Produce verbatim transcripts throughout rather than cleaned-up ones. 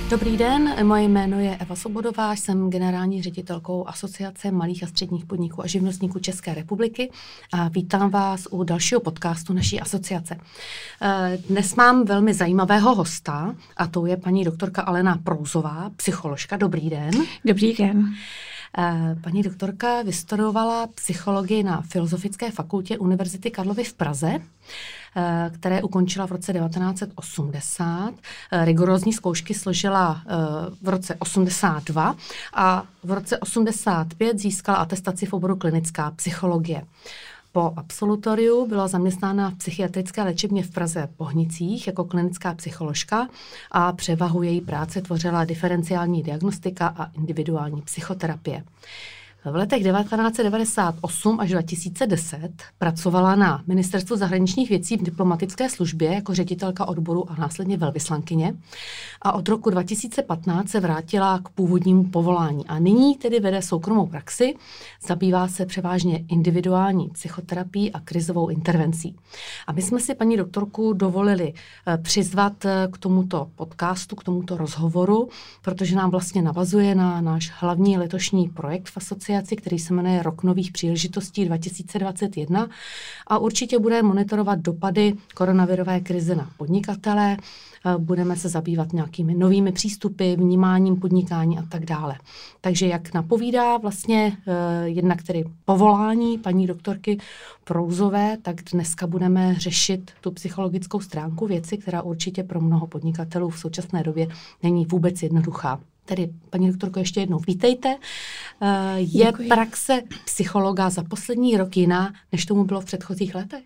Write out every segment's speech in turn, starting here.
Dobrý den, moje jméno je Eva Sobodová, jsem generální ředitelkou Asociace malých a středních podniků a živnostníků České republiky a vítám vás u dalšího podcastu naší asociace. Dnes mám velmi zajímavého hosta a to je paní doktorka Alena Prouzová, psycholožka. Dobrý den. Dobrý den. Paní doktorka vystudovala psychologii na Filozofické fakultě Univerzity Karlovy v Praze, které ukončila v roce devatenáct set osmdesát. Rigorózní zkoušky složila v roce osmdesát dva a v roce osmdesát pět získala atestaci v oboru klinická psychologie. Po absolutoriu byla zaměstnána v psychiatrické léčebně v Praze Bohnicích jako klinická psycholožka a převahu její práce tvořila diferenciální diagnostika a individuální psychoterapie. V letech devatenáct set devadesát osm až dva tisíce deset pracovala na Ministerstvu zahraničních věcí v diplomatické službě jako ředitelka odboru a následně velvyslankyně a od roku dva tisíce patnáct se vrátila k původnímu povolání a nyní tedy vede soukromou praxi, zabývá se převážně individuální psychoterapií a krizovou intervencí. A my jsme si paní doktorku dovolili přizvat k tomuto podcastu, k tomuto rozhovoru, protože nám vlastně navazuje na náš hlavní letošní projekt v asociaci, který se jmenuje Rok nových příležitostí dva tisíce dvacet jedna a určitě bude monitorovat dopady koronavirové krize na podnikatele, budeme se zabývat nějakými novými přístupy, vnímáním podnikání a tak dále. Takže jak napovídá vlastně jednak tedy povolání paní doktorky Prouzové, tak dneska budeme řešit tu psychologickou stránku věci, která určitě pro mnoho podnikatelů v současné době není vůbec jednoduchá. Tedy, paní doktorko, ještě jednou vítejte. Je Děkuji. Praxe psychologa za poslední rok jiná, než tomu bylo v předchozích letech?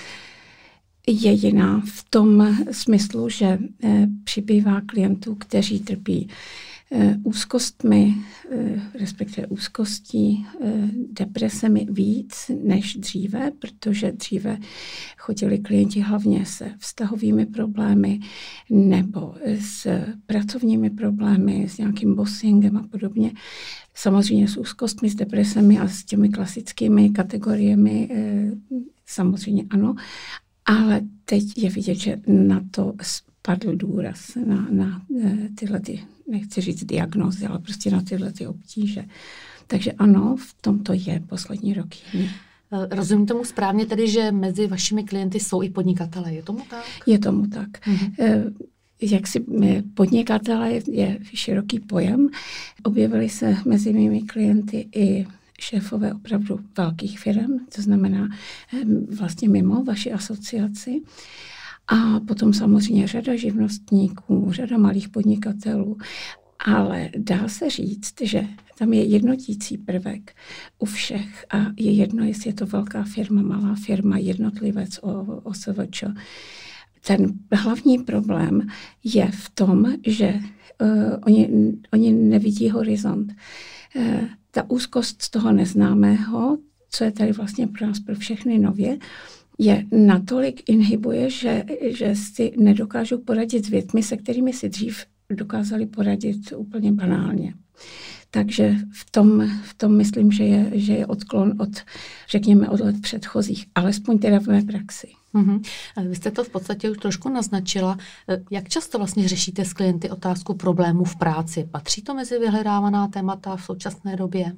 Je jiná v tom smyslu, že přibývá klientů, kteří trpí úzkostmi, respektive úzkostí, depresemi víc než dříve, protože dříve chodili klienti hlavně se vztahovými problémy nebo s pracovními problémy, s nějakým bossingem a podobně. Samozřejmě s úzkostmi, s depresemi a s těmi klasickými kategoriemi samozřejmě ano, ale teď je vidět, že na to spadl důraz, na, na tyhle ty, nechci říct diagnózy, ale prostě na tyhle ty obtíže. Takže ano, v tomto je poslední rok jiný. Rozumím tomu správně tedy, že mezi vašimi klienty jsou i podnikatelé. Je tomu tak? Je tomu tak. Mm-hmm. Jak si podnikatelé je široký pojem. Objevily se mezi mými klienty i šéfové opravdu velkých firm, to znamená vlastně mimo vaši asociaci. A potom samozřejmě řada živnostníků, řada malých podnikatelů. Ale dá se říct, že tam je jednotící prvek u všech a je jedno, jestli je to velká firma, malá firma, jednotlivec, O S V Č. Ten hlavní problém je v tom, že uh, oni, oni nevidí horizont. Uh, ta úzkost z toho neznámého, co je tady vlastně pro nás pro všechny nově, je natolik inhibuje, že, že si nedokážou poradit s věcmi, se kterými si dřív dokázali poradit úplně banálně. Takže v tom, v tom myslím, že je, že je odklon od, řekněme, od let předchozích, alespoň teda v mé praxi. Mm-hmm. Vy jste to v podstatě už trošku naznačila. Jak často vlastně řešíte s klienty otázku problémů v práci? Patří to mezi vyhledávaná témata v současné době?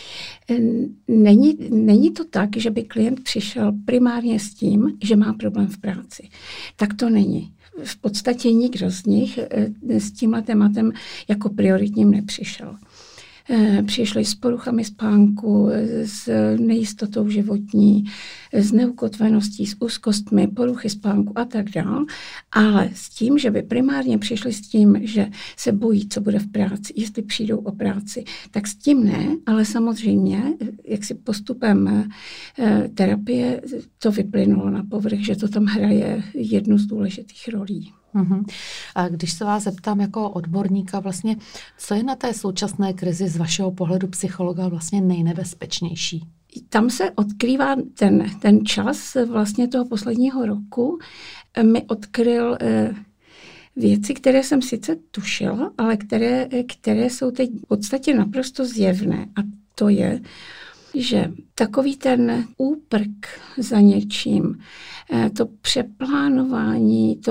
Není, není to tak, že by klient přišel primárně s tím, že má problém v práci. Tak to není. V podstatě nikdo z nich s tímhle tématem jako prioritním nepřišel. Přišli s poruchami spánku, s nejistotou životní, s neukotveností, s úzkostmi, poruchy spánku a tak dál, ale s tím, že by primárně přišli s tím, že se bojí, co bude v práci, jestli přijdou o práci, tak s tím ne, ale samozřejmě, jak si postupem terapie to vyplynulo na povrch, že to tam hraje jednu z důležitých rolí. Uhum. A když se vás zeptám jako odborníka, vlastně, co je na té současné krizi z vašeho pohledu psychologa vlastně nejnebezpečnější? Tam se odkrývá ten, ten čas vlastně toho posledního roku. Mi odkryl eh, věci, které jsem sice tušila, ale které, které jsou teď v podstatě naprosto zjevné. A to je, že takový ten úprk za něčím, to přeplánování, to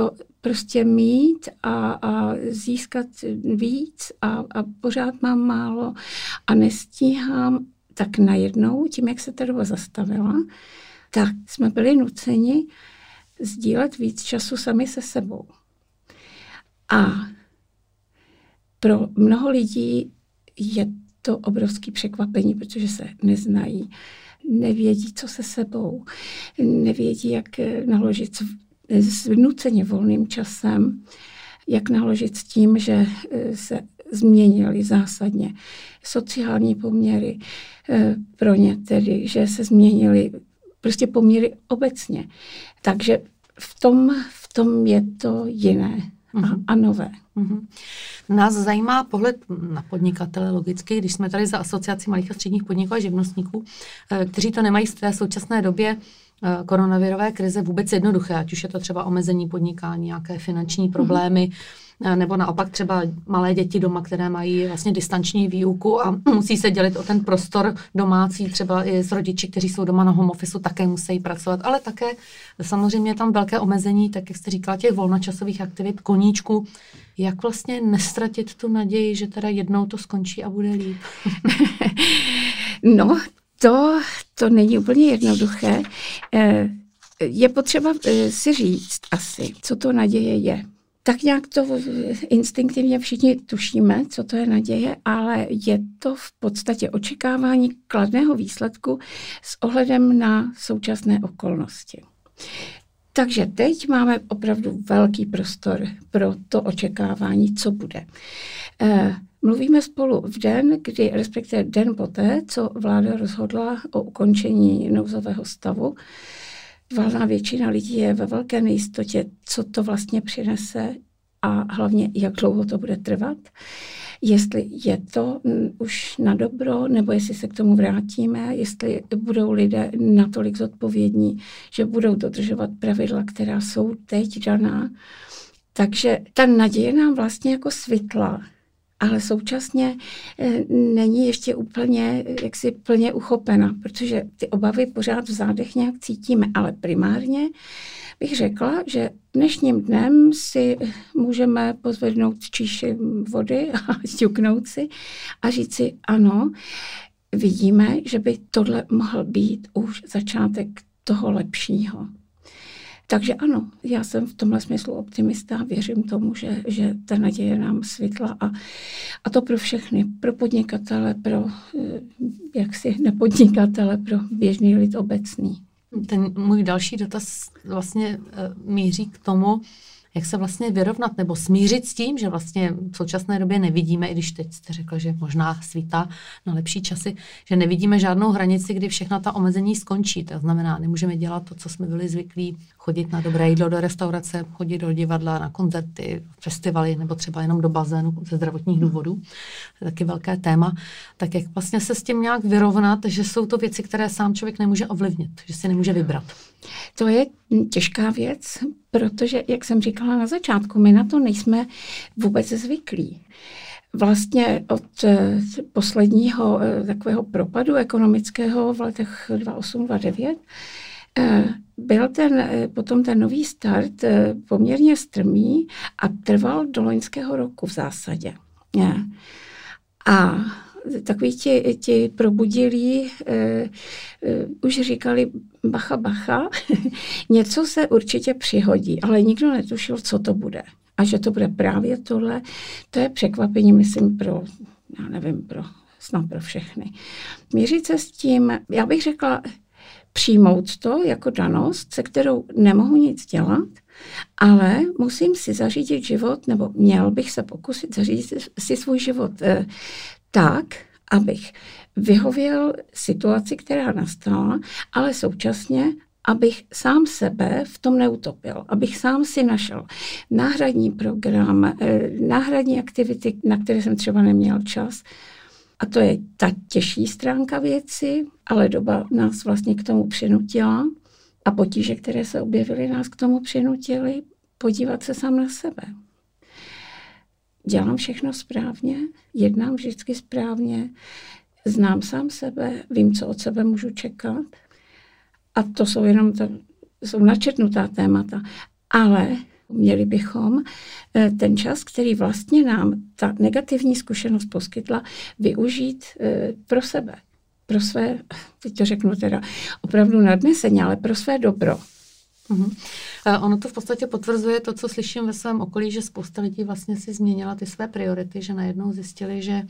prostě mít a, a získat víc a, a pořád mám málo a nestíhám, tak najednou, tím, jak se ta doba zastavila, tak jsme byli nuceni sdílet víc času sami se sebou. A pro mnoho lidí je to obrovské překvapení, protože se neznají, nevědí, co se sebou, nevědí, jak naložit s, s nuceně volným časem, jak naložit s tím, že se změnily zásadně sociální poměry pro ně tedy, že se změnily prostě poměry obecně. Takže v tom, v tom je to jiné a, a nové. Mm-hmm. Nás zajímá pohled na podnikatele logicky, když jsme tady za Asociaci malých a středních podniků a živnostníků, kteří to nemají v té současné době koronavirové krize vůbec jednoduché, ať už je to třeba omezení podnikání, nějaké finanční problémy, mm-hmm. nebo naopak třeba malé děti doma, které mají vlastně distanční výuku a musí se dělit o ten prostor domácí, třeba i s rodiči, kteří jsou doma na home office, také musí pracovat, ale také samozřejmě je tam velké omezení, tak jak jste říkala, těch volnočasových aktivit, koníčku. Jak vlastně nestratit tu naději, že teda jednou to skončí a bude líp? No, to, to není úplně jednoduché. Je potřeba si říct asi, co to naděje je. Tak nějak to instinktivně všichni tušíme, co to je naděje, ale je to v podstatě očekávání kladného výsledku s ohledem na současné okolnosti. Takže teď máme opravdu velký prostor pro to očekávání, co bude. Mluvíme spolu v den, kdy, respektive den poté, co vláda rozhodla o ukončení nouzového stavu. Valná většina lidí je ve velké nejistotě, co to vlastně přinese a hlavně, jak dlouho to bude trvat. Jestli je to už na dobro, nebo jestli se k tomu vrátíme, jestli budou lidé natolik zodpovědní, že budou dodržovat pravidla, která jsou teď daná. Takže ta naděje nám vlastně jako svitla, ale současně není ještě úplně jaksi plně uchopena, protože ty obavy pořád v zádech nějak cítíme, ale primárně bych řekla, že dnešním dnem si můžeme pozvednout číši vody a sťuknout si a říct si ano, vidíme, že by tohle mohl být už začátek toho lepšího. Takže ano, já jsem v tomhle smyslu optimista a věřím tomu, že, že ta naděje nám svitla a, a to pro všechny, pro podnikatele, pro jaksi nepodnikatele, pro běžný lid obecný. Ten můj další dotaz vlastně míří k tomu, jak se vlastně vyrovnat nebo smířit s tím, že vlastně v současné době nevidíme, i když teď jste řekla, že možná svítá na lepší časy, že nevidíme žádnou hranici, kdy všechna ta omezení skončí. To znamená, nemůžeme dělat to, co jsme byli zvyklí, chodit na dobré jídlo do restaurace, chodit do divadla, na koncerty, festivaly nebo třeba jenom do bazénu ze zdravotních důvodů. To je taky velké téma. Tak jak vlastně se s tím nějak vyrovnat, že jsou to věci, které sám člověk nemůže ovlivnit, že si nemůže vybrat? To je těžká věc, protože, jak jsem říkala na začátku, my na to nejsme vůbec zvyklí. Vlastně od posledního takového propadu ekonomického v letech dva tisíce osm dva tisíce devět byl ten, potom ten nový start poměrně strmý a trval do loňského roku v zásadě. A takoví ti, ti probudilí eh, eh, už říkali bacha, bacha, něco se určitě přihodí, ale nikdo netušil, co to bude. A že to bude právě tohle, to je překvapení, myslím, pro, já nevím, pro, snad pro všechny. Mířit se s tím, já bych řekla, přijmout to jako danost, se kterou nemohu nic dělat, ale musím si zařídit život, nebo měl bych se pokusit zařídit si svůj život eh, tak, abych vyhověl situaci, která nastala, ale současně, abych sám sebe v tom neutopil, abych sám si našel náhradní program, náhradní aktivity, na které jsem třeba neměl čas. A to je ta těžší stránka věci, ale doba nás vlastně k tomu přinutila a potíže, které se objevily, nás k tomu přinutily podívat se sám na sebe. Dělám všechno správně, jednám vždycky správně, znám sám sebe, vím, co od sebe můžu čekat. A to jsou jenom to, jsou načetnutá témata. Ale Měli bychom ten čas, který vlastně nám ta negativní zkušenost poskytla, využít pro sebe. Pro své, teď to řeknu teda opravdu nadneseně, ale pro své dobro. Uhum. Ono to v podstatě potvrzuje to, co slyším ve svém okolí, že spousta lidí vlastně si změnila ty své priority, že najednou zjistili, že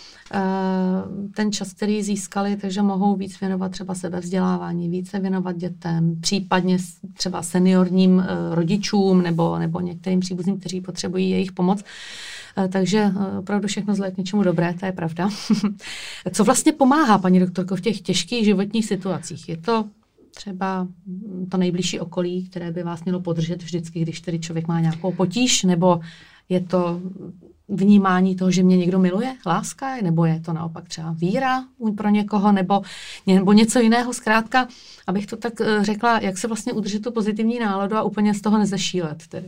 ten čas, který získali, takže mohou víc věnovat třeba sebevzdělávání, více věnovat dětem, případně třeba seniorním rodičům nebo, nebo některým příbuzným, kteří potřebují jejich pomoc. Takže opravdu všechno zlé k něčemu dobré, to je pravda. Co vlastně pomáhá, paní doktorko, v těch těžkých životních situacích? Je to třeba to nejbližší okolí, které by vás mělo podržet vždycky, když tedy člověk má nějakou potíž, nebo je to vnímání toho, že mě někdo miluje, láska, nebo je to naopak třeba víra pro někoho, nebo, nebo něco jiného, zkrátka, abych to tak řekla, jak se vlastně udržet tu pozitivní náladu a úplně z toho nezešílet tedy.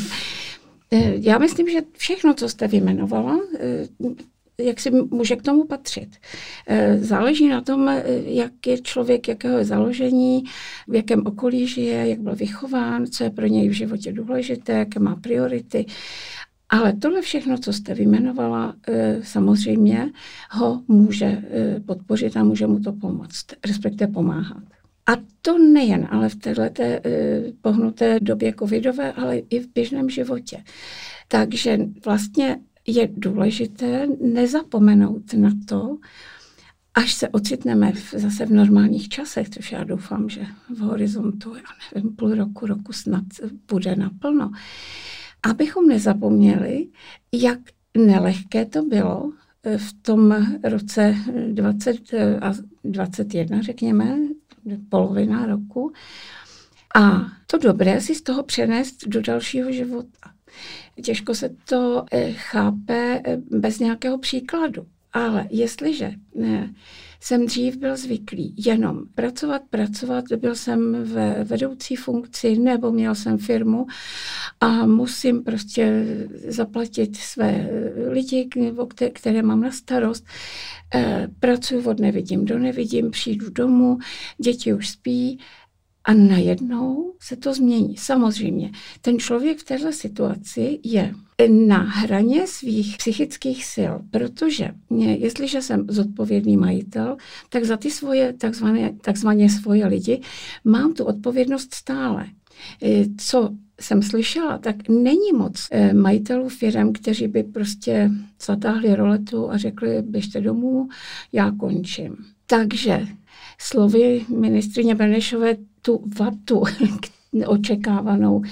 Já myslím, že všechno, co jste vyjmenovala, jak si může k tomu patřit. Záleží na tom, jak je člověk, jakého je založení, v jakém okolí žije, jak byl vychován, co je pro něj v životě důležité, jaké má priority. Ale tohle všechno, co jste vyjmenovala, samozřejmě ho může podpořit a může mu to pomoct, respektive pomáhat. A to nejen ale v této pohnuté době covidové, ale i v běžném životě. Takže vlastně je důležité nezapomenout na to, až se ocitneme v, zase v normálních časech, což já doufám, že v horizontu, já nevím, půl roku, roku snad bude naplno, abychom nezapomněli, jak nelehké to bylo v tom roce dvacet a dvacet jedna, řekněme, polovina roku, a to dobré si z toho přenést do dalšího života. Těžko se to chápe bez nějakého příkladu, ale jestliže ne, jsem dřív byl zvyklý jenom pracovat, pracovat, byl jsem ve vedoucí funkci nebo měl jsem firmu a musím prostě zaplatit své lidi, které mám na starost. Pracuji od nevidím do nevidím, přijdu domů, děti už spí a najednou se to změní. Samozřejmě, ten člověk v této situaci je na hraně svých psychických sil, protože mě, jestliže jsem zodpovědný majitel, tak za ty svoje takzvané, takzvané svoje lidi mám tu odpovědnost stále. Co jsem slyšela, tak není moc majitelů firem, kteří by prostě zatáhli roletu a řekli, běžte domů, já končím. Takže slovy ministryně Benešové, tu vatu očekávanou,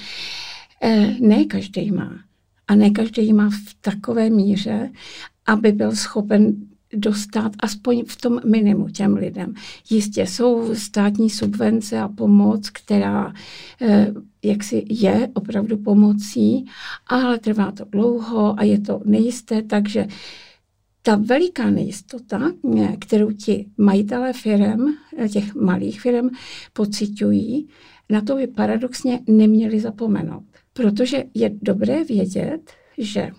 ne každý má. A ne každý má v takové míře, aby byl schopen dostat aspoň v tom minimu těm lidem. Jistě jsou státní subvence a pomoc, která jaksi je opravdu pomocí, ale trvá to dlouho a je to nejisté, takže ta veliká nejistota, kterou ti majitelé firem, těch malých firem pociťují, na to by paradoxně neměli zapomenout. Protože je dobré vědět, že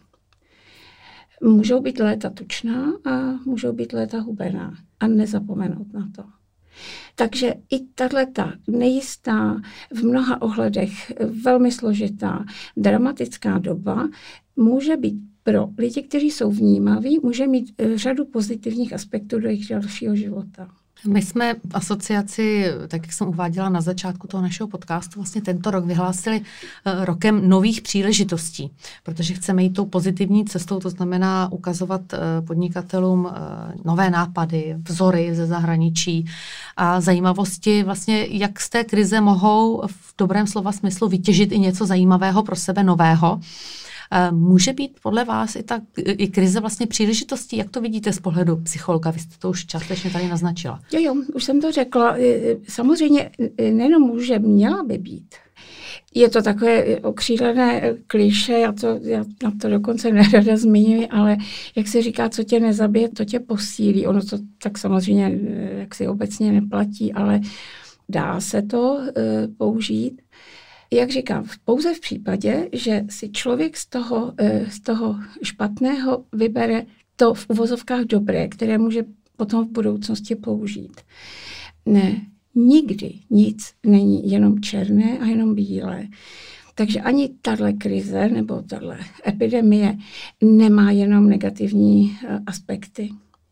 můžou být léta tučná a můžou být léta hubená a nezapomenout na to. Takže i tato nejistá, v mnoha ohledech velmi složitá, dramatická doba může být pro lidi, kteří jsou vnímaví, může mít řadu pozitivních aspektů do jejich dalšího života. My jsme v asociaci, tak jak jsem uváděla na začátku toho našeho podcastu, vlastně tento rok vyhlásili rokem nových příležitostí, protože chceme jít tou pozitivní cestou, to znamená ukazovat podnikatelům nové nápady, vzory ze zahraničí a zajímavosti, vlastně jak z té krize mohou v dobrém slova smyslu vytěžit i něco zajímavého pro sebe nového. Může být podle vás i ta i krize vlastně příležitostí? Jak to vidíte z pohledu psychologa? Vy jste to už částečně tady naznačila. Jo, jo, už jsem to řekla. Samozřejmě nejenom může, měla by být. Je to takové okřídlené klišé, já, to, já na to dokonce nerada zmiňuji, ale jak se říká, co tě nezabije, to tě posílí. Ono to tak samozřejmě jaksi obecně neplatí, ale dá se to uh, použít. Jak říkám, pouze v případě, že si člověk z toho, z toho špatného vybere to v uvozovkách dobré, které může potom v budoucnosti použít. Ne, nikdy nic není jenom černé a jenom bílé. Takže ani tahle krize nebo tahle epidemie nemá jenom negativní aspekty.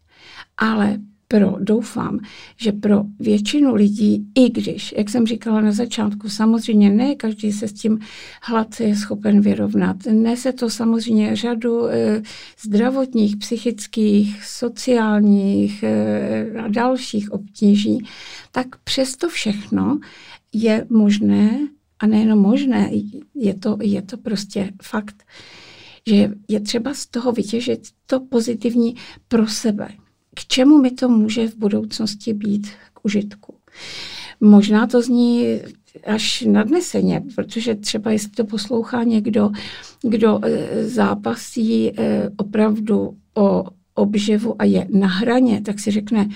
Ale pro, doufám, že pro většinu lidí, i když, jak jsem říkala na začátku, samozřejmě ne každý se s tím hladce je schopen vyrovnat. Nese to samozřejmě řadu e, zdravotních, psychických, sociálních e, a dalších obtíží, tak přesto všechno je možné, a nejenom možné, je to, je to prostě fakt, že je třeba z toho vytěžit to pozitivní pro sebe. K čemu mi to může v budoucnosti být k užitku? Možná to zní až nadneseně, protože třeba jestli to poslouchá někdo, kdo zápasí opravdu o obživu a je na hraně, tak si řekne,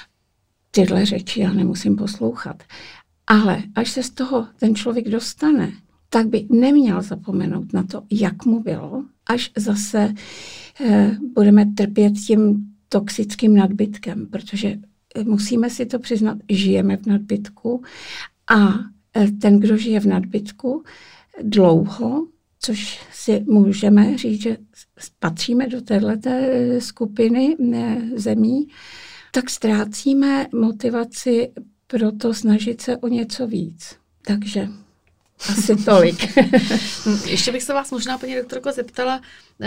tyhle řeči já nemusím poslouchat. Ale až se z toho ten člověk dostane, tak by neměl zapomenout na to, jak mu bylo, až zase eh, budeme trpět tím toxickým nadbytkem, protože musíme si to přiznat, žijeme v nadbytku a ten, kdo žije v nadbytku dlouho, což si můžeme říct, že patříme do této skupiny zemí, tak ztrácíme motivaci pro to snažit se o něco víc. Takže asi tolik. Ještě bych se vás možná, paní doktorko, zeptala,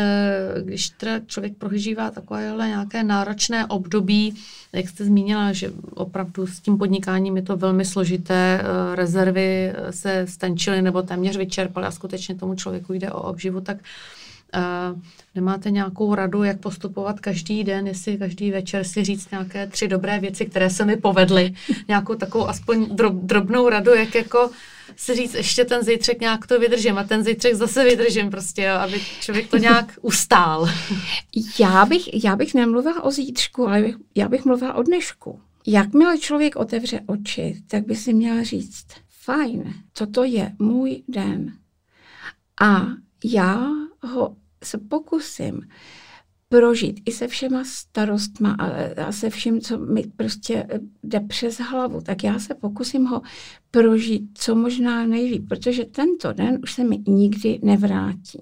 když teda člověk prožívá takovéhle nějaké náročné období, jak jste zmínila, že opravdu s tím podnikáním je to velmi složité, rezervy se stenčily nebo téměř vyčerpaly a skutečně tomu člověku jde o obživu, tak Uh, nemáte nějakou radu, jak postupovat každý den, jestli každý večer si říct nějaké tři dobré věci, které se mi povedly, nějakou takovou aspoň drob, drobnou radu, jak jako si říct, ještě ten zítřek nějak to vydržím a ten zítřek zase vydržím prostě, jo, aby člověk to nějak ustál. Já bych, já bych nemluvila o zítřku, ale bych, já bych mluvila o dnešku. Jakmile člověk otevře oči, tak by si měl říct, fajn, toto je můj den. A já ho se pokusím prožít i se všema starostma a, a se vším, co mi prostě jde přes hlavu, tak já se pokusím ho prožít co možná nejlíp, protože tento den už se mi nikdy nevrátí.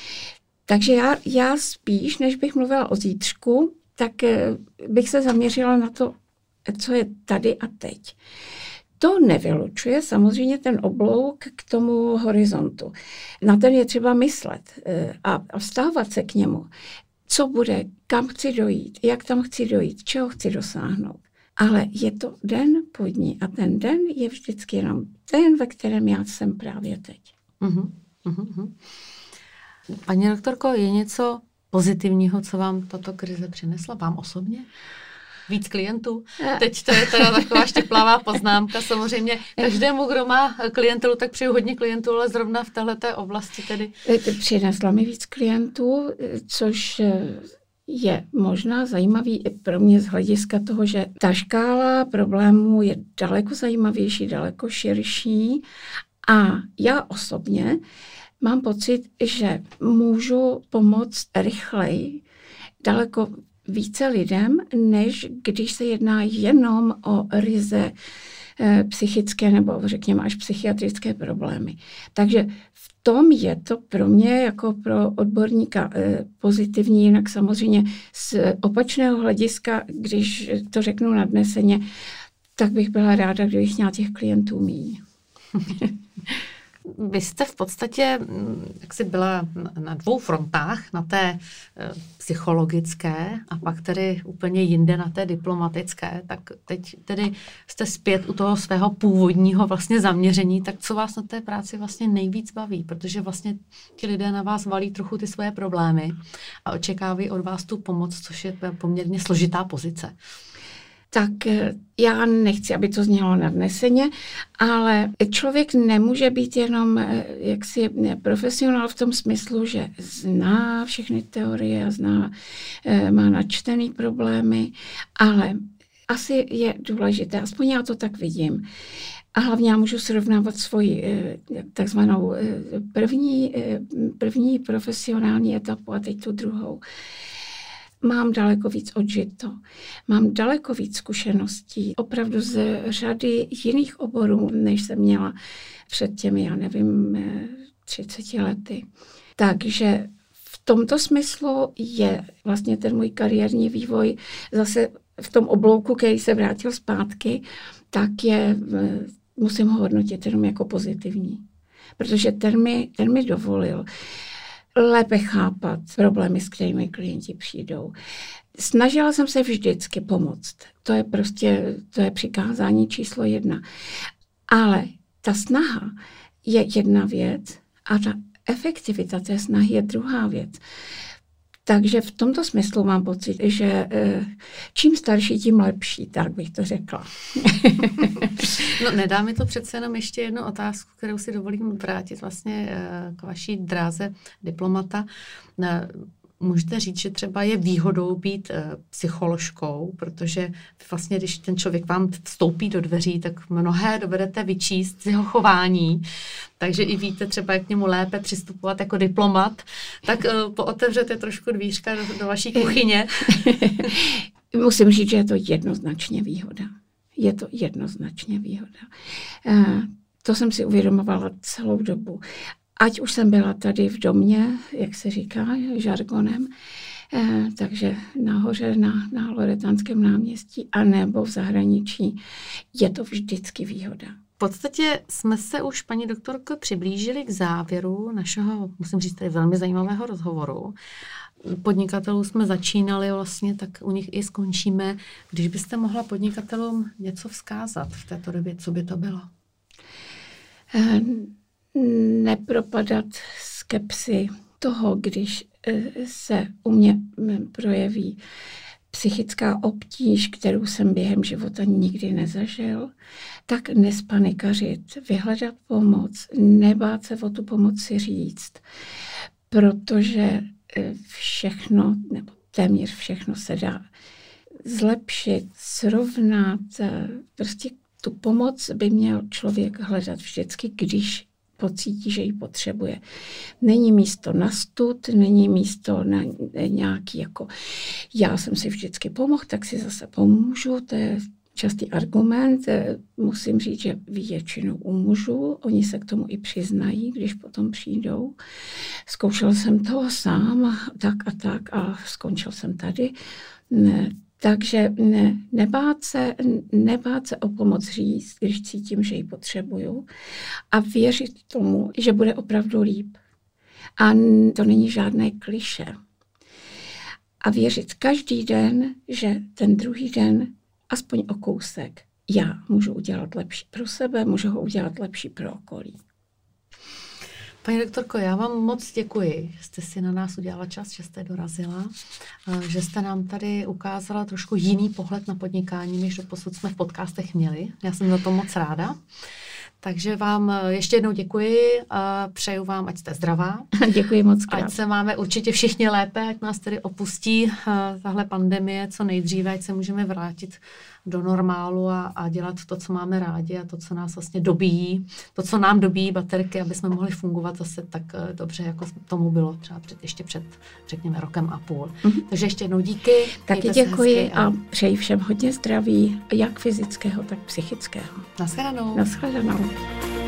Takže já, já spíš, než bych mluvila o zítřku, tak bych se zaměřila na to, co je tady a teď. To nevylučuje samozřejmě ten oblouk k tomu horizontu. Na ten je třeba myslet a, a vstávat se k němu. Co bude, kam chci dojít, jak tam chci dojít, čeho chci dosáhnout. Ale je to den po dní a ten den je vždycky jenom ten, ve kterém já jsem právě teď. Uh-huh, uh-huh. Paní doktorko, je něco pozitivního, co vám tato krize přinesla, vám osobně? Víc klientů. Teď to je teda taková štěplavá poznámka. Samozřejmě každému, kdo má klientelu, tak přeju hodně klientů, ale zrovna v téhleté oblasti tedy. Přinesla mi víc klientů, což je možná zajímavý i pro mě z hlediska toho, že ta škála problémů je daleko zajímavější, daleko širší a já osobně mám pocit, že můžu pomoct rychleji daleko více lidem, než když se jedná jenom o ryze e, psychické nebo řekněme až psychiatrické problémy. Takže v tom je to pro mě jako pro odborníka e, pozitivní, jinak samozřejmě z opačného hlediska, když to řeknu nadneseně, tak bych byla ráda, kdybych měla těch klientů míň. Vy jste v podstatě, jak jsi byla na dvou frontách, na té psychologické a pak tedy úplně jinde na té diplomatické, tak teď tedy jste zpět u toho svého původního vlastně zaměření, tak co vás na té práci vlastně nejvíc baví, protože vlastně ti lidé na vás valí trochu ty svoje problémy a očekávají od vás tu pomoc, což je poměrně složitá pozice. Tak já nechci, aby to znělo nadneseně, ale člověk nemůže být jenom jaksi profesionál v tom smyslu, že zná všechny teorie a zná, má načtený problémy, ale asi je důležité, aspoň já to tak vidím. A hlavně já můžu srovnávat svoji takzvanou první, první profesionální etapu a teď tu druhou. Mám daleko víc odžito, mám daleko víc zkušeností, opravdu z řady jiných oborů, než jsem měla před těmi, já nevím, třiceti lety. Takže v tomto smyslu je vlastně ten můj kariérní vývoj zase v tom oblouku, který se vrátil zpátky, tak je, musím ho hodnotit jenom jako pozitivní. Protože ten mi, ten mi dovolil lépe chápat problémy, s kterými klienti přijdou. Snažila jsem se vždycky pomoct. To je prostě, to je přikázání číslo jedna. Ale ta snaha je jedna věc a ta efektivita té snahy je druhá věc. Takže v tomto smyslu mám pocit, že čím starší, tím lepší, tak bych to řekla. No, nedá mi to přece jenom ještě jednu otázku, kterou si dovolím vrátit vlastně k vaší dráze diplomata. Můžete říct, že třeba je výhodou být psycholožkou, protože vlastně, když ten člověk vám vstoupí do dveří, tak mnohé dovedete vyčíst z jeho chování, takže i víte třeba, jak k němu lépe přistupovat jako diplomat, tak pootevřete trošku dvířka do, do vaší kuchyně. Musím říct, že je to jednoznačně výhoda. Je to jednoznačně výhoda. To jsem si uvědomovala celou dobu. Ať už jsem byla tady v domě, jak se říká, žargonem, eh, takže nahoře na, na Loretánském náměstí, anebo v zahraničí, je to vždycky výhoda. V podstatě jsme se už, paní doktorko, přiblížili k závěru našeho, musím říct, tady velmi zajímavého rozhovoru. Podnikatelů jsme začínali vlastně, tak u nich i skončíme. Když byste mohla podnikatelům něco vzkázat v této době, co by to bylo? Eh, nepropadat skepsi toho, když se u mě projeví psychická obtíž, kterou jsem během života nikdy nezažil, tak nespanikařit, vyhledat pomoc, nebát se o tu pomoc si říct, protože všechno, nebo téměř všechno se dá zlepšit, srovnat, prostě tu pomoc by měl člověk hledat vždycky, když pocítí, že ji potřebuje. Není místo na stud, není místo na nějaký jako já jsem si vždycky pomohl, tak si zase pomůžu, to je častý argument. Musím říct, že většinou u mužů, oni se k tomu i přiznají, když potom přijdou. Zkoušel jsem to sám, tak a tak a skončil jsem tady. Ne. Takže ne, nebát, se, nebát se o pomoc říct, když cítím, že ji potřebuju a věřit tomu, že bude opravdu líp. A to není žádné klišé. A věřit každý den, že ten druhý den, aspoň o kousek, já můžu udělat lepší pro sebe, můžu ho udělat lepší pro okolí. Paní doktorko, já vám moc děkuji, že jste si na nás udělala čas, že jste dorazila, že jste nám tady ukázala trošku jiný pohled na podnikání, než doposud jsme v podcastech měli. Já jsem za to moc ráda. Takže vám ještě jednou děkuji a přeju vám, ať jste zdravá. Děkuji moc krát. Ať se máme určitě všichni lépe, ať nás tedy opustí tahle pandemie co nejdříve, ať se můžeme vrátit do normálu a, a dělat to, co máme rádi a to, co nás vlastně dobíjí, to, co nám dobíjí baterky, aby jsme mohli fungovat zase tak dobře, jako tomu bylo třeba před, ještě před, řekněme, rokem a půl. Mm-hmm. Takže ještě jednou díky. Taky děkuji a přeji všem hodně zdraví, jak fyzického, tak psychického. Naschledanou. Naschledanou.